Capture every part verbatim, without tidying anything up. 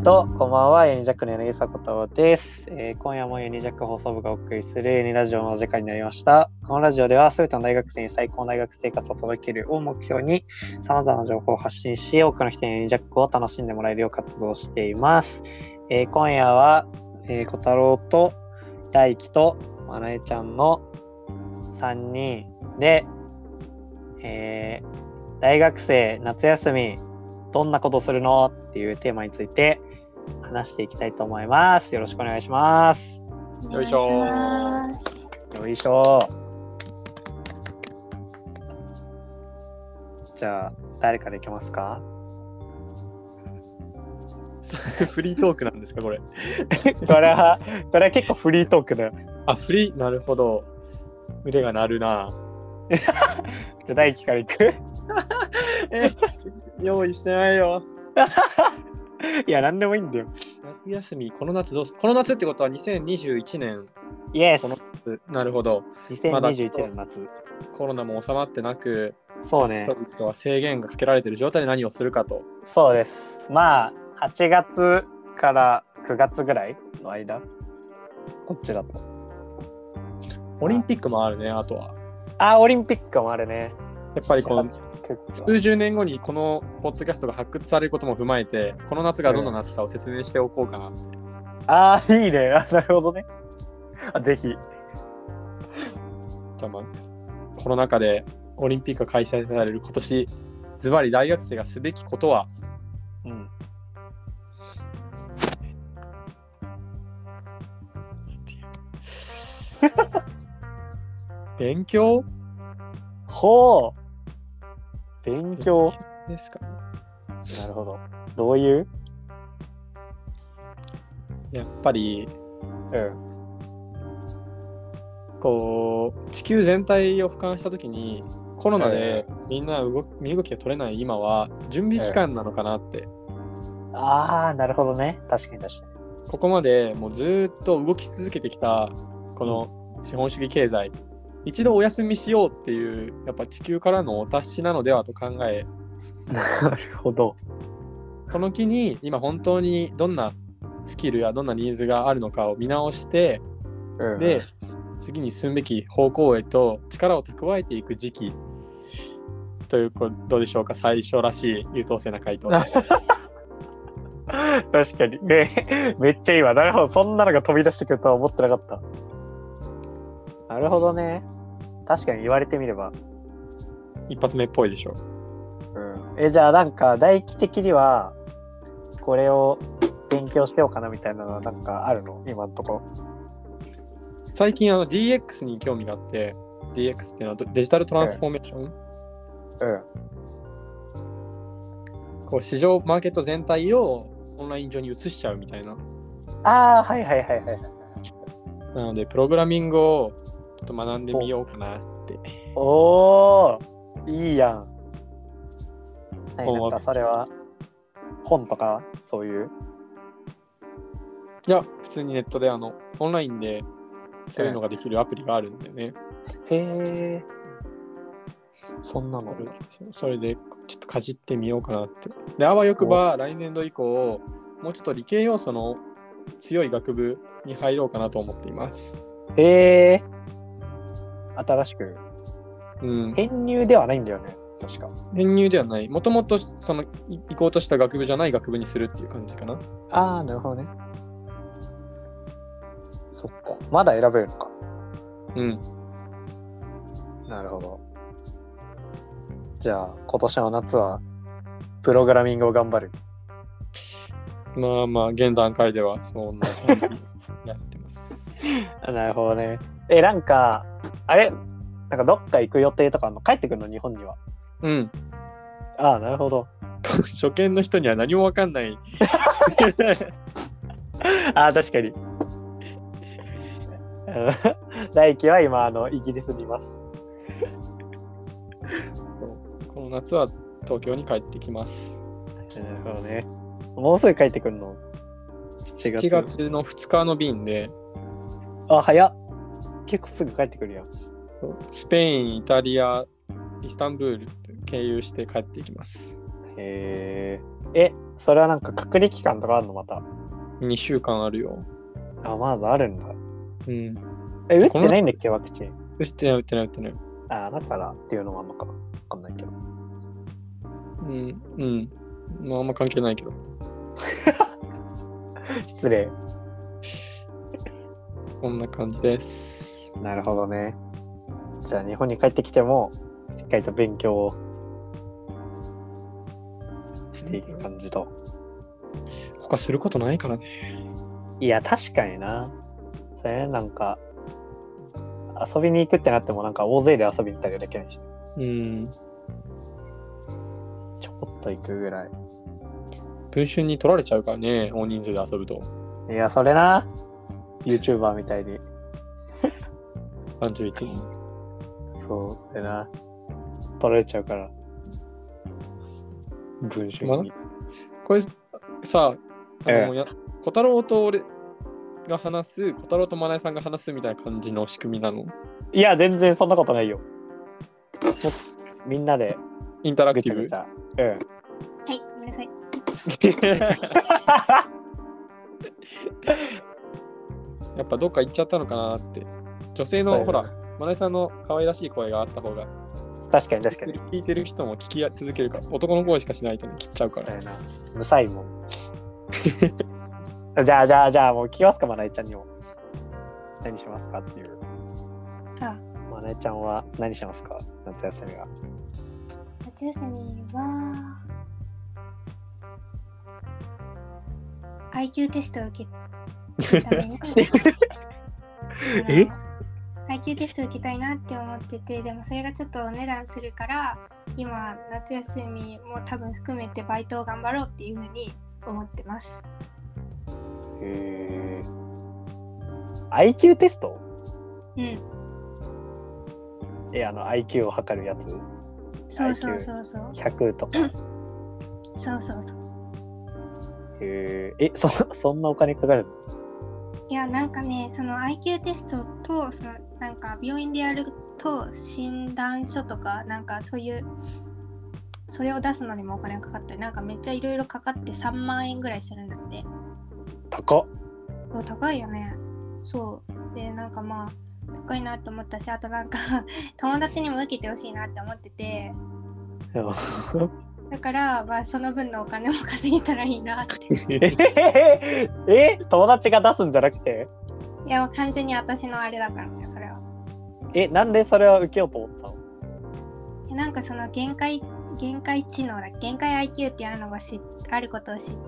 と、こんばんは、ユニジャックの柳沢ことです、えー。今夜もユニジャック放送部がお送りするユニラジオのお時間になりました。このラジオでは、すべての大学生に最高の大学生活を届けるを目標に、様々な情報を発信し、多くの人にユニジャックを楽しんでもらえるよう活動しています。えー、今夜は、えー、小太郎と大輝とまなえちゃんのさんにんで、えー、大学生夏休みどんなことするのっていうテーマについて話していきたいと思います。よろしくお願いします。 よいしょよいしょ。じゃあ誰からいきますか？ フリートークなんですかこれ？ これはこれは結構フリートークだよ。 あ、フリー、なるほど。腕が鳴るな。 じゃあ大輝からいく？ え用意してないよ。 いや、なんでもいいんだよ。 夏休み、この夏どうすこの夏ってことはにせんにじゅういちねん。 イエス。 この夏、なるほど。 にせんにじゅういちねんの夏。 コロナも収まってなく、 そうね。 人々は制限がかけられている状態で何をするかと。 そうです。まあ、はちがつからくがつぐらいの間、こっちだと。 オリンピックもあるね、あとは。 あ、オリンピックもあるね。 やっぱりこの数十年後にこのポッドキャストが発掘されることも踏まえて、この夏がどんな夏かを説明しておこうかなって。うん、 ああ、いいね。あ、なるほどね。あ、ぜひ。じゃあまあ、コロナ禍でオリンピックが開催される今年、ズバリ大学生がすべきことは、 うん、 勉強？ ほう。勉強ですかね。 なるほど。どういう？ やっぱり、 うん、 こう地球全体を俯瞰したときにコロナでみんな動き、身動きが取れない今は準備期間なのかなって。 うん、ああ、なるほどね。確かに確かに。 ここまでもうずっと動き続けてきたこの資本主義経済、一度お休みしようっていうやっぱ地球からのお達しなのではと考え、 なるほど。 この機に今本当にどんなスキルやどんなニーズがあるのかを見直して、うん、で次に進むべき方向へと力を蓄えていく時期ということでしょうか。最初らしい優等生な回答。 確かにね、めっちゃいいわ。なるほど、そんなのが飛び出してくるとは思ってなかった。なるほどね。確かに言われてみれば一発目っぽいでしょ。 うん、えじゃあなんか大輝的にはこれを勉強しようかなみたいなのはなんかあるの？今のところ。 最近あの ディーエックス に興味があって、 ディーエックス っていうのはデジタルトランスフォーメーション、うん、こう市場マーケット全体をオンライン上に移しちゃうみたいな。 ああ、はいはいはいはい。 なのでプログラミングをちょっと学んでみようかなって。 おー、いいやん。はい、なんかそれは本とかそういう？ いや、普通にネットであのオンラインでそういうのができるアプリがあるんだよね。 へえ。そんなの。 それでちょっとかじってみようかなって。で、あわよくば来年度以降もうちょっと理系要素の強い学部に入ろうかなと思っています。 へえ。新しく。 うん。 編入ではないんだよね。確か。 編入ではない。もともとその行こうとした学部じゃない学部にするっていう感じかな。 ああ、なるほどね。そっか。まだ選べるのか。 うん。 なるほど。じゃあ今年の夏はプログラミングを頑張る。 まあまあ現段階ではそんな感じやってます。 なるほどね。え、なんかあれなんかどっか行く予定とかあんの？帰ってくるの？日本には。 うん。 ああ、なるほど。 初見の人には何も分かんない。 ああ、確かに。大輝は今あのイギリスにいます。 この夏は東京に帰ってきます。 なるほどね。もうすぐ帰ってくるの？ しちがつ。しちがつのふつかの便で。 あ、早っ。結構すぐ帰ってくるやん。 スペイン、イタリア、イスタンブール経由して帰ってきます。 へえ。 え、それはなんか隔離期間とかあるのまた？ にしゅうかんあるよ。 あ、まだあるんだ。 うん。 え、打ってないんだっけ、ワクチン。 打ってない打ってない打ってない。 あ、だからっていうのもあるのかな。わかんないけど。 うん、うん。まああんま関係ないけど。 失礼。 こんな感じです。 なるほどね。じゃあ日本に帰ってきてもしっかりと勉強をしていく感じと。 他することないからね。 いや、確かにな。それなんか遊びに行くってなってもなんか大勢で遊びに行ったりできないし。 うん。 ちょこっと行くぐらい。 文春に取られちゃうからね、大人数で遊ぶと。 いや、それな。YouTuber みたいに。 さんじゅういちにん。 そう、それな。取られちゃうから。文春に。 まあ、これさ、あの、や小太郎と俺が話す、小太郎とマナエさんが話すみたいな感じの仕組みなの？ いや、全然そんなことないよ。みんなでインタラクティブ。 うん。 はい、ごめんなさい。 やっぱどっか行っちゃったのかなって。女性の、ほら、マナエさんの可愛らしい声があった方が。 確かに確かに。 聞いてる人も聞き続けるから、男の声しかしないとね、切っちゃうから。 な無才もん。じゃあじゃあじゃあもう聞きますか、まなえちゃんにも。何しますかっていう。 あ、 まなえちゃんは何しますか、夏休みは。 夏休みは アイキュー テストを受けためにえアイキュー テストを受けたいなって思ってて、でもそれがちょっとお値段するから今夏休みも多分含めてバイトを頑張ろうっていうふうに思ってます。 へー。アイキュー テスト？ うん。 え、あの アイキュー を測るやつ？ そうそうそうそう。 ひゃくとか。 そうそうそう。 へー。え、そそんなお金かかるの？ いや、なんかね、その アイキュー テストとそのなんか病院でやると診断書とかなんかそういうそれを出すのにもお金がかかったり、なんかめっちゃいろいろかかってさんまんえんぐらいするんだって。 高っ。 そう、高いよね。そうで、なんかまあ高いなって思ったし、あとなんか友達にも受けてほしいなって思ってて、だからまあその分のお金も稼げたらいいなってええ友達が出すんじゃなくて？ いや、完全に私のあれだからね、それは。 え、なんでそれは受けようと思ったの？ なんかその限界限界知能だ限界 アイキュー っていうのが知あることを知って、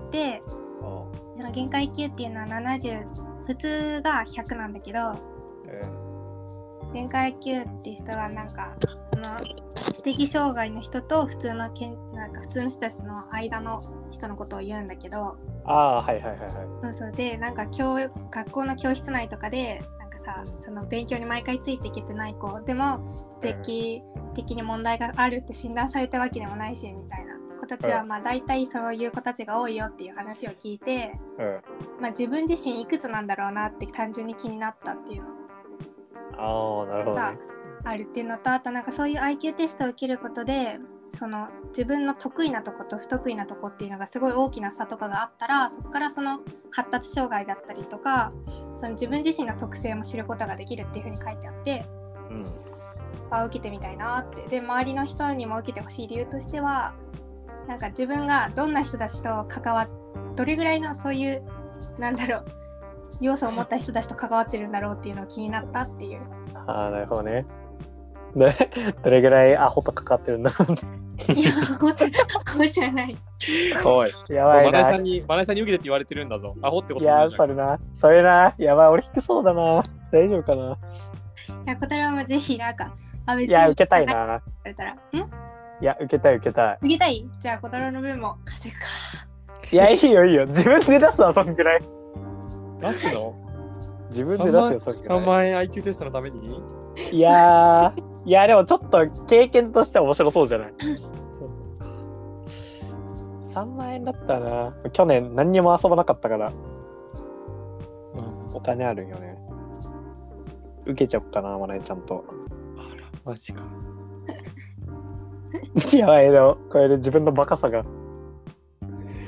その限界 アイキュー っていうのはななじゅう、普通がひゃくなんだけど、 えー、 限界 アイキュー っていう人がなんかその知的障害の人と普通のけんなんか普通の人たちの間の人のことを言うんだけど、 ああ、はいはいはいはい。 そうそうで、なんか教学校の教室内とかでなんかさ、その勉強に毎回ついていけてない子でも知的的に問題があるって診断されたわけでもないしみたいな子たちは、まあ大体そういう子たちが多いよっていう話を聞いて、 うん、 まあ自分自身いくつなんだろうなって単純に気になったっていうのああ、なるほどね。 あるっていうのと、あとなんかそういう アイキュー テストを受けることでその自分の得意なとこと不得意なとこっていうのがすごい大きな差とかがあったら、そこからその発達障害だったりとかその自分自身の特性も知ることができるっていう風に書いてあって、 うん、 あ、受けてみたいなって。で、周りの人にも受けてほしい理由としては、なんか自分がどんな人たちと関わっどれぐらいのそういうなんだろう要素を持った人たちと関わってるんだろうっていうのを気になったっていう。 ああ、なるほどね。で、どれぐらいアホと関わってるんだろうね。いや、本当にアホじゃない。 おい、 やばいな。 マナエさんに、マナエさんに受けてって言われてるんだぞ。アホってこといや、それな。それな。やばい、俺低そうだな。大丈夫かな。いや、小太郎もぜひなんか、あ、別にいや、受けたいな。言われたら、ん？ いや、受けたい、受けたい。 受けたい？じゃあ、小太郎の分も稼ぐか。 いや、いいよ、いいよ。自分で出すわ、そんぐらい。 出すの？ 自分で出すよ、そんぐらい。 さんまんえん アイキュー テストのために？ いやー、いや、でもちょっと経験としては面白そうじゃない？ そうか。 さんまんえんだったな。去年何にも遊ばなかったから、 うん、 お金あるんよね。受けちゃおっかな、まなえちゃんと。 あら、マジか。 やばいよ、これで自分のバカさが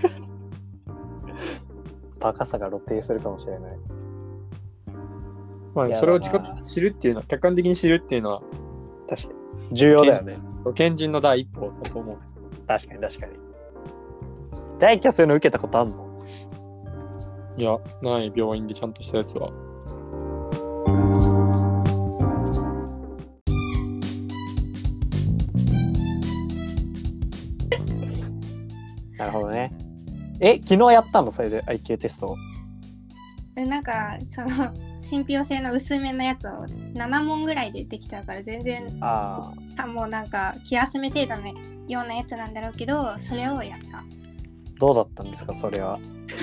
バカさが露呈するかもしれない。 まあ、それを自覚知るっていうのは、客観的に知るっていうのは、 確かに。重要だよね。 賢人の第一歩だと思う。 確かに確かに。大輝はそういうの受けたことあんの？ いや、ない、病院でちゃんとしたやつは。 なるほどね。え、昨日やったのそれで アイキュー テストを。 なんかその信憑性の薄めのやつをなな問ぐらいでできちゃうから全然ああもうなんか気休め程度のようなやつなんだろうけど、それをやった。 どうだったんですかそれは。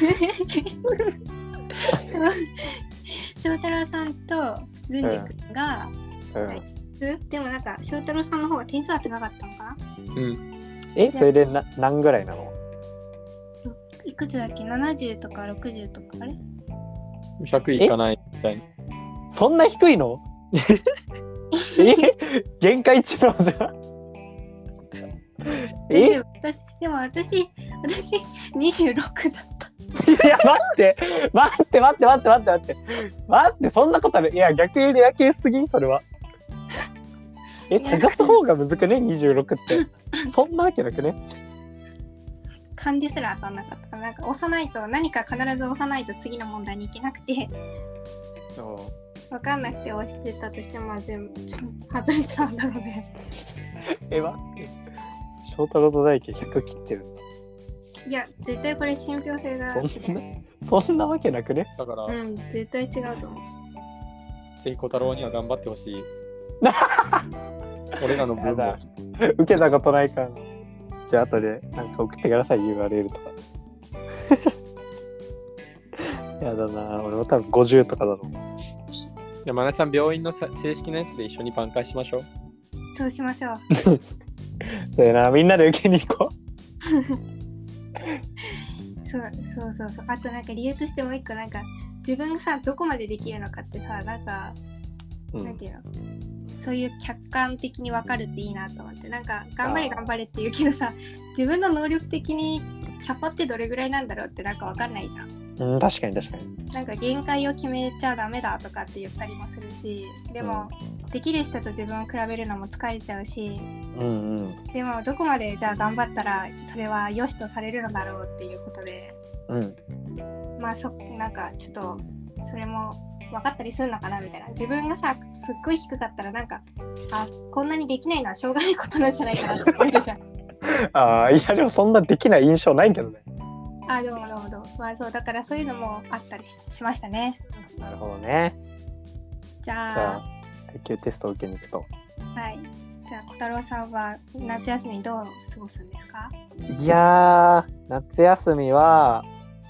翔太郎さんと郡司君が、 うんうん、でもなんか翔太郎さんの方が点数は高かったのかな。 うん。 え、それでな何ぐらいなの？ いくつだっけ？ななじゅうとかろくじゅうとかあれひゃくいかないみたいな。 そんな低いの？え限界値のじゃん。え私でも私私にじゅうろくだった。 いや待って待って待って待って待って待って待ってそんなことある？いや逆にレア系すぎそれは。え探す方がむずくねにじゅうろくってそんなわけなくね。 漢字すら当たんなかった。なんか押さないと何か必ず押さないと次の問題に行けなくて分かんなくて押してたとしても全部外れてたんだろうね。 え待って翔太郎と大輝ひゃく切ってるんだ。 いや絶対これ信憑性がそんなそんなわけなくね。 だから、 うん、絶対違うと思う。 ぜひ小太郎には頑張ってほしい。俺らの分も受けたことないから。じゃあ後でなんか送ってください ユーアールエル とか。やだな俺も多分ごじゅうとかだろう。 じゃあマナさん病院のさ正式なやつで一緒に挽回しましょう。 そうしましょう。 そうやなみんなで受けに行こう。 そうそうそうそう。あとなんか理由としてもう一個なんか自分がさどこまでできるのかってさなんか、うん、なんていうのそういう客観的に分かるっていいなと思って。なんか頑張れ頑張れって言うけどさ自分の能力的にキャパってどれぐらいなんだろうってなんか分かんないじゃん。 うん、確かに確かに。 なんか限界を決めちゃダメだとかって言ったりもするし、でも、うん、できる人と自分を比べるのも疲れちゃうし、 うんうん、 でもどこまでじゃあ頑張ったらそれは良しとされるのだろうっていうことで、 うん、 まあそなんかちょっとそれも分かったりするのかなみたいな。自分がさすっごい低かったらなんかあこんなにできないのはしょうがないことなんじゃないかなって思えるじゃん。 ああいやでもそんなできない印象ないけどね。 あどうもどうもどうも。まあそうだからそういうのもあったり し, しましたね。 なるほどね。 じゃあ、 じゃあ アイキュー テストを受けに行くと。 はい。じゃあ小太郎さんは夏休みどう過ごすんですか？ いやー夏休みは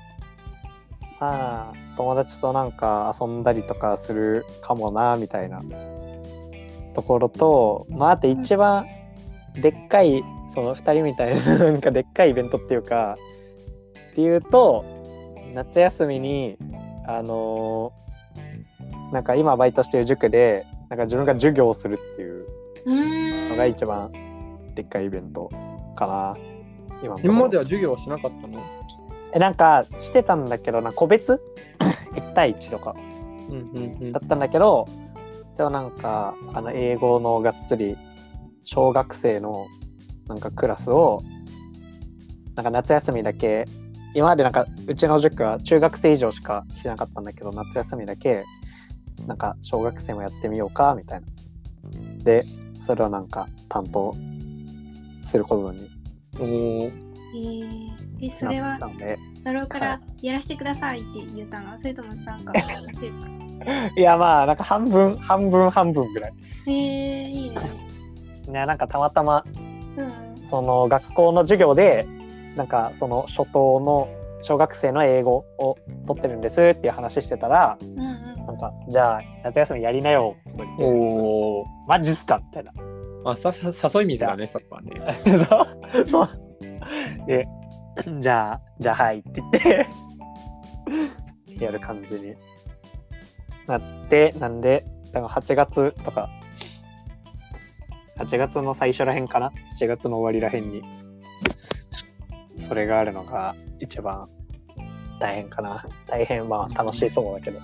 まあ友達となんか遊んだりとかするかもなみたいなところと、まああと一番でっかい、うん、そのふたりみたいななんかでっかいイベントっていうかっていうと夏休みにあのー、なんか今バイトしてる塾でなんか自分が授業をするっていうのが一番でっかいイベントかな。今今までは授業はしなかったの？ えなんかしてたんだけどな個別いち対いちとかだったんだけど、うんうんうん、それはなんかあの英語のがっつり小学生のなんかクラスをなんか夏休みだけ今までなんかうちの塾は中学生以上しかしてなかったんだけど夏休みだけなんか小学生もやってみようかみたいなでそれをなんか担当することにおーえー、えそれはだろうからやらせてくださいって言ったの、はい、それともなんかいやまあなんか半分半分半分ぐらい。 へえー、いいね。 ねなんかたまたま、 うん、その学校の授業でなんかその初等の小学生の英語を取ってるんですっていう話してたら、うんうん、なんかじゃあ夏休みやりなよって言って、おマジっすかみたいな。 あささ誘い水だねそこはね。 そうそうでじゃあじゃあはいって言ってやる感じになってなんで多分はちがつとかはちがつの最初らへんかなしちがつの終わりらへんにそれがあるのが一番大変かな。大変、まあ楽しそうだけど。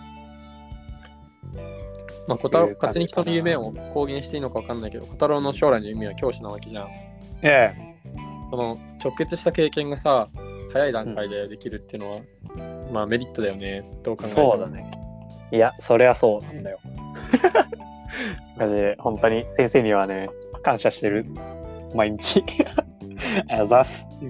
まあ、小太郎、勝手に人の夢を公言していいのか分かんないけど、小太郎の将来の夢は教師なわけじゃん。 ええ。 その直結した経験がさ、早い段階でできるっていうのは、うん、まあメリットだよね。どう考えても。 そうだね。いや、それはそうなんだよ。マジで、本当に先生にはね、感謝してる。毎日。あざすっていう。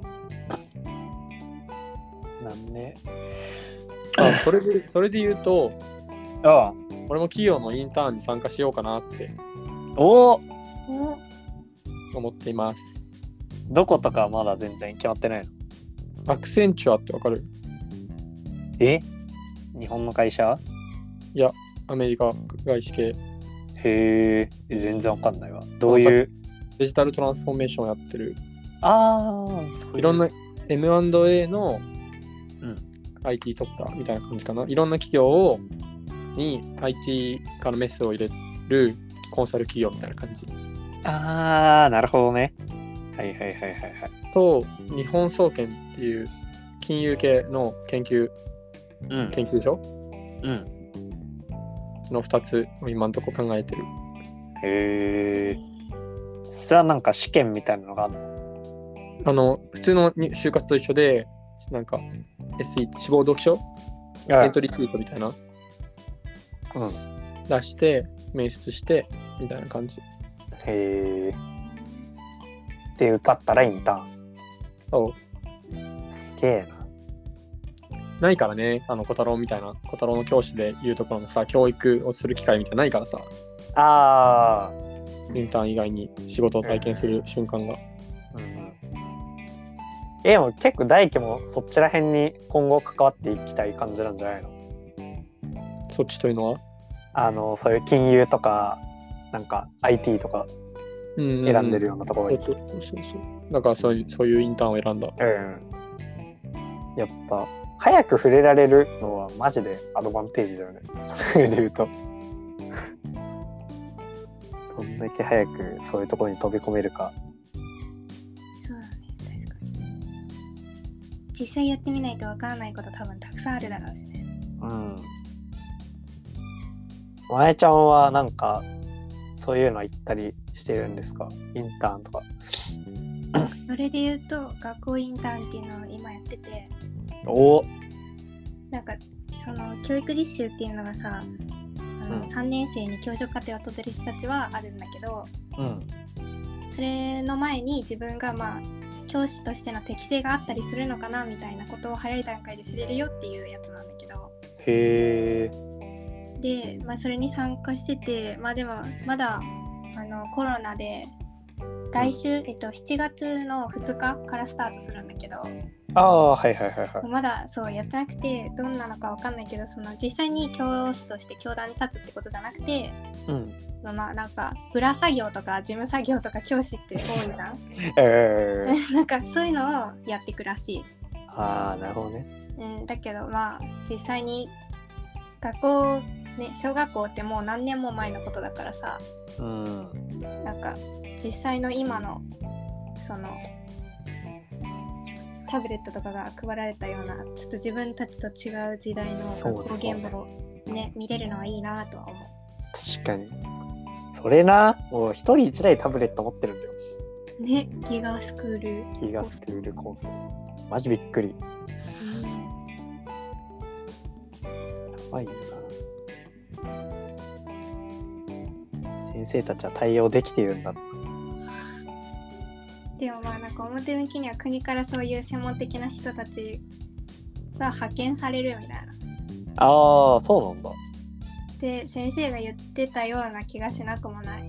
なんね。 あ、それで、それで言うと、 ああ。 俺も企業のインターンに参加しようかなってお思っています。 どことかはまだ全然決まってないの？ アクセンチュアってわかる？ え？日本の会社？ いや、アメリカ外資系。 へえ、全然わかんないわ。どういうデジタルトランスフォーメーションをやってる。 ああ、そういういろんな エムアンドエー のうんアイティー 特化みたいな感じかな。いろんな企業をに アイティー からメスを入れるコンサル企業みたいな感じ。 ああ、なるほどね。はいはいはいはいはい。 と、日本総研っていう金融系の研究、 うん、 研究所うん。 のふたつを今のところ考えてる。 へえ。それはなんか試験みたいなのがあるの？ あの、普通のに就活と一緒で、なんか エスイー 志望読書エントリーシートみたいな。 うん、 出して面接してみたいな感じ。 へえ。で受かったらインターン。 そう。 すげえな。 ないからね、あの小太郎みたいな小太郎の教師でいうところのさ、教育をする機会みたいなないからさ。 ああ。 インターン以外に仕事を体験する瞬間が。 うんうん、えでも結構大輝もそっちら辺に今後関わっていきたい感じなんじゃないの？ そっちというのはあのそういう金融とかなんか アイティー とか選んでるようなところに、 うんうん、そうそうそうそう。だからそういうそういうインターンを選んだ。 うん。やっぱ早く触れられるのはマジでアドバンテージだよね。それで言うとどんだけ早くそういうところに飛び込めるか。 そうだね、確かに。実際やってみないとわからないこと多分たくさんあるだろうしね。 うん。まえちゃんはなんかそういうの行ったりしてるんですか？インターンとか。 それで言うと学校インターンっていうのを今やってて、 おなんかその教育実習っていうのがさ、あの、うん、さんねん生に教職課程を取ってる人たちはあるんだけど、 うん、 それの前に自分がまあ教師としての適性があったりするのかなみたいなことを早い段階で知れるよっていうやつなんだけど。 へー。で、まあ、それに参加してて、まあでもまだあのコロナで来週、えっと、しちがつのふつかからスタートするんだけど、 ああ、はいはいはいはい。 まだそうやってなくてどんなのかわかんないけど、その実際に教師として教壇に立つってことじゃなくて、 うん、 まあなんか裏作業とか事務作業とか教師って多いじゃん。 えー、 なんかそういうのをやっていくらしい。 ああ、なるほどね。 うん、だけどまあ実際に学校ね、小学校ってもう何年も前のことだからさ、 うん、 なんか実際の今のそのタブレットとかが配られたようなちょっと自分たちと違う時代の学校現場をね見れるのはいいなとは思う。 確かに。それな、もう一人一台タブレット持ってるんだよ。 ね、ギガスクール。 ギガスクールコース。マジびっくり。うん、やばいよな。先生たちは対応できているんだ。 でもまあなんか表向きには国からそういう専門的な人たちが派遣されるみたいな。 ああ、そうなんだ。 で先生が言ってたような気がしなくもない。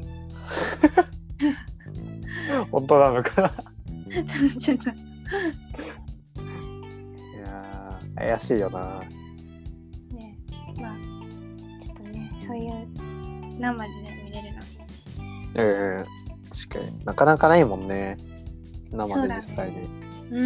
本当なのかな。 ちょっといやー怪しいよな。 ね、まあちょっとねそういう生で、ね、見れるのに。 うん、確かになかなかないもんね。生で実際に。 ね、うん。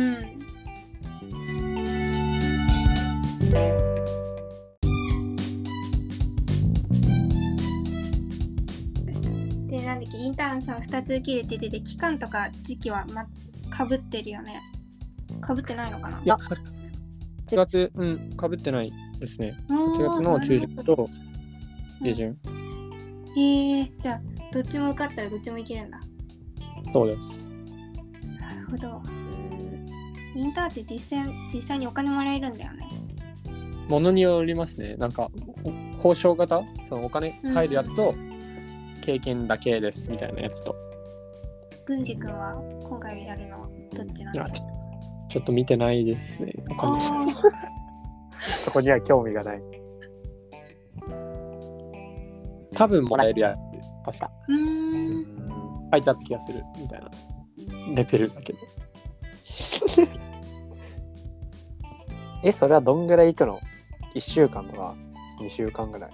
で、なんだっけ、インターンさんふたつ受け入れてて、期間とか時期は、ま、かぶってるよね。かぶってないのかな。 いや、 ちがつ、うん、かぶってないですね。 あーはちがつの中旬と下旬。 へえ、じゃあどっちも受かったらどっちもいけるんだ。 そうです。 なるほど。インターンって実際実際にお金もらえるんだよね。 ものによりますね。なんか報奨型、そのお金入るやつと、経験だけですみたいなやつと。 郡司君は今回やるのはどっちなんですか？ ちょっと見てないですね。わかんない。 あそこには興味がない。 多分もらえるやつ、確か。 ーうーん。 書いてあった気がするみたいなレベルだけど。 え、それはどんぐらい行くの？ いっ 週間とかにしゅうかんぐらい。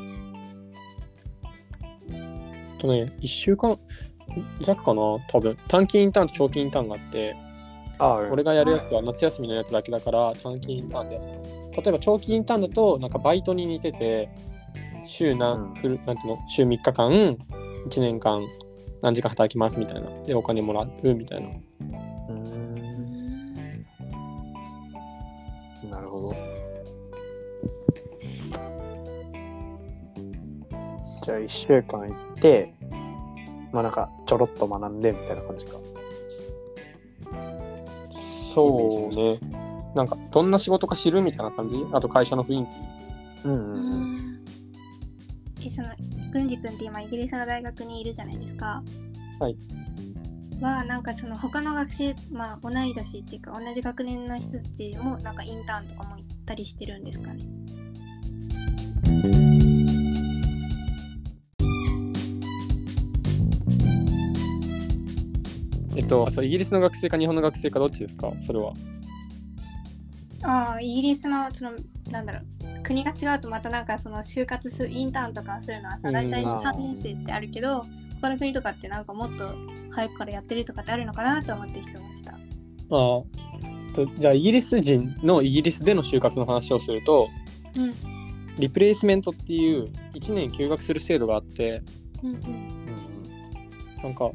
とね、いっしゅうかん弱かな、多分。短期インターンと長期インターンがあって、 ああ、 俺がやるやつは夏休みのやつだけだから短期インターンでやつ。例えば長期インターンだとなんかバイトに似てて、週何、 うんフルなんていうの、週みっかかん、いちねんかん何時間働きますみたいな。で、お金もらうみたいな。 うーん、なるほど。じゃあいっしゅうかん行って、まあなんかちょろっと学んでみたいな感じか。 そうね。なんかどんな仕事か知るみたいな感じ。あと会社の雰囲気。 うんううんうん。 ん。え、その郡司君って今イギリスの大学にいるじゃないですか。 はい。 はなんかその他の学生、まあ同い年っていうか同じ学年の人たちもなんかインターンとかも行ったりしてるんですかね。 えっと、そうイギリスの学生か日本の学生かどっちですか、それは。 ああ、イギリスのそのなんだろう、国が違うとまたなんかその就活するインターンとかするのはさ、 うん大体あーさんねん生ってあるけど、他の国とかってなんかもっと早くからやってるとかってあるのかなと思って質問した。 ああ。とじゃあイギリス人のイギリスでの就活の話をすると、 うんリプレイスメントっていういちねん休学する制度があって、 うんうんなんか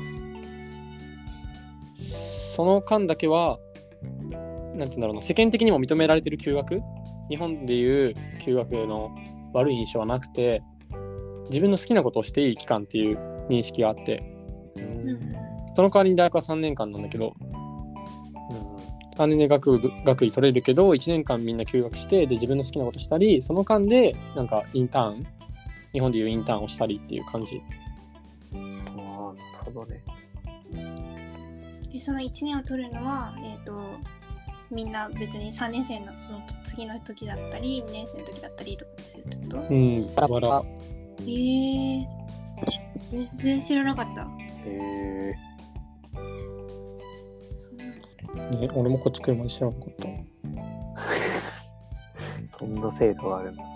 その間だけはなんていうんだろうな、世間的にも認められてる休学、日本でいう休学の悪い印象はなくて、自分の好きなことをしていい期間っていう認識があって、 うんうんその代わりに大学はさんねんかんなんだけど、さんねんで学部学位取れるけどいちねんかんみんな休学して、で自分の好きなことしたり、その間でなんかインターン、日本でいうインターンをしたりっていう感じ。 ああ、なるほどね。 でそのいちねんを取るのは、えー、とみんな別にさんねん生のの次の時だったりにねん生の時だったりとかするってこと？ うん、バラバラ。 えー、全然知らなかった。 へえ。 そうなんだ。 ね、俺もこっち来るまで知らなかった。 そんな制度があるんだ。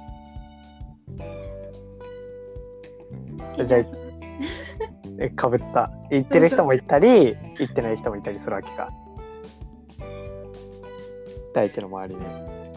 えじゃあそのえ、かぶった。行ってる人もいたり、行ってない人もいたりするわけか。大地の周りに。